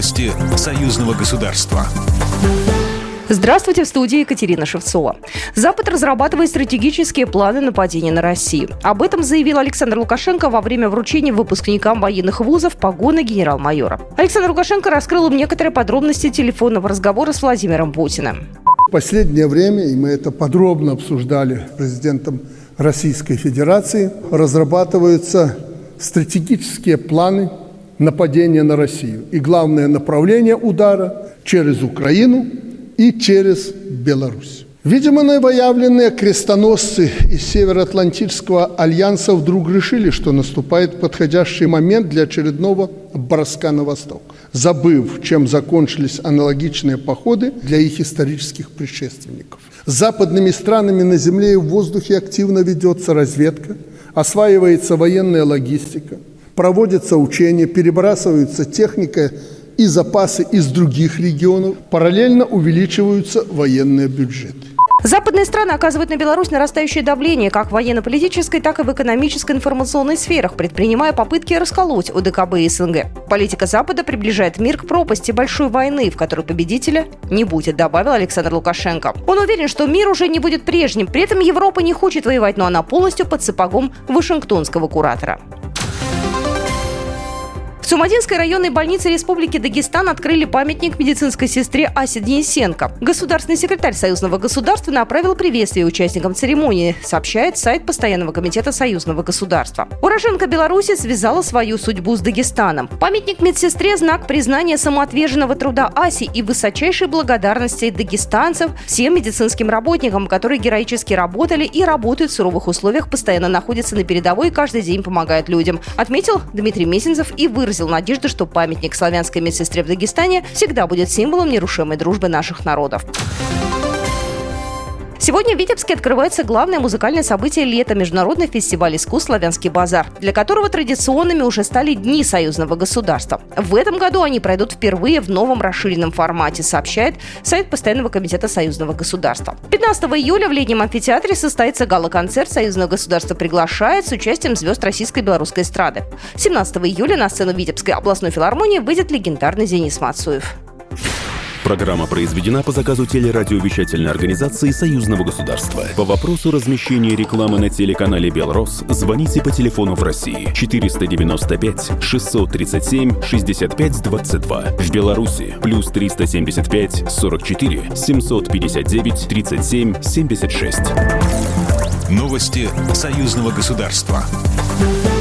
Новости союзного государства. Здравствуйте, в студии Екатерина Шевцова. Запад разрабатывает стратегические планы нападения на Россию. Об этом заявил Александр Лукашенко во время вручения выпускникам военных вузов погоны генерал-майора. Александр Лукашенко раскрыл им некоторые подробности телефонного разговора с Владимиром Путиным. В последнее время, и мы это подробно обсуждали с президентом Российской Федерации, разрабатываются стратегические планы нападения на Россию. И главное направление удара через Украину и через Беларусь. Видимо, новоявленные крестоносцы из Североатлантического альянса вдруг решили, что наступает подходящий момент для очередного броска на восток, забыв, чем закончились аналогичные походы для их исторических предшественников. С западными странами на земле и в воздухе активно ведется разведка, осваивается военная логистика, проводятся учения, перебрасываются техника и запасы из других регионов, параллельно увеличиваются военные бюджеты. Западные страны оказывают на Беларусь нарастающее давление как в военно-политической, так и в экономической информационной сферах, предпринимая попытки расколоть ОДКБ и СНГ. Политика Запада приближает мир к пропасти большой войны, в которой победителя не будет, добавил Александр Лукашенко. Он уверен, что мир уже не будет прежним. При этом Европа не хочет воевать, но она полностью под сапогом вашингтонского куратора. В Цумадинской районной больнице Республики Дагестан открыли памятник медицинской сестре Асе Денисенко. Государственный секретарь союзного государства направил приветствие участникам церемонии, сообщает сайт Постоянного комитета союзного государства. Уроженка Беларуси связала свою судьбу с Дагестаном. Памятник медсестре – знак признания самоотверженного труда Аси и высочайшей благодарности дагестанцев всем медицинским работникам, которые героически работали и работают в суровых условиях, постоянно находятся на передовой и каждый день помогают людям, отметил Дмитрий Месенцев и выразил надежду, что памятник славянской медсестре в Дагестане всегда будет символом нерушимой дружбы наших народов. Сегодня в Витебске открывается главное музыкальное событие лета – международный фестиваль искусств «Славянский базар», для которого традиционными уже стали Дни союзного государства. В этом году они пройдут впервые в новом расширенном формате, сообщает сайт Постоянного комитета союзного государства. 15 июля в летнем амфитеатре состоится гала-концерт «Союзное государство приглашает» с участием звезд российской и белорусской эстрады. 17 июля на сцену Витебской областной филармонии выйдет легендарный Денис Мацуев. Программа произведена по заказу телерадиовещательной организации Союзного государства. По вопросу размещения рекламы на телеканале «Белрос» звоните по телефону в России 495 637 65 22. В Беларуси плюс 375 44 759 37 76. Новости союзного государства.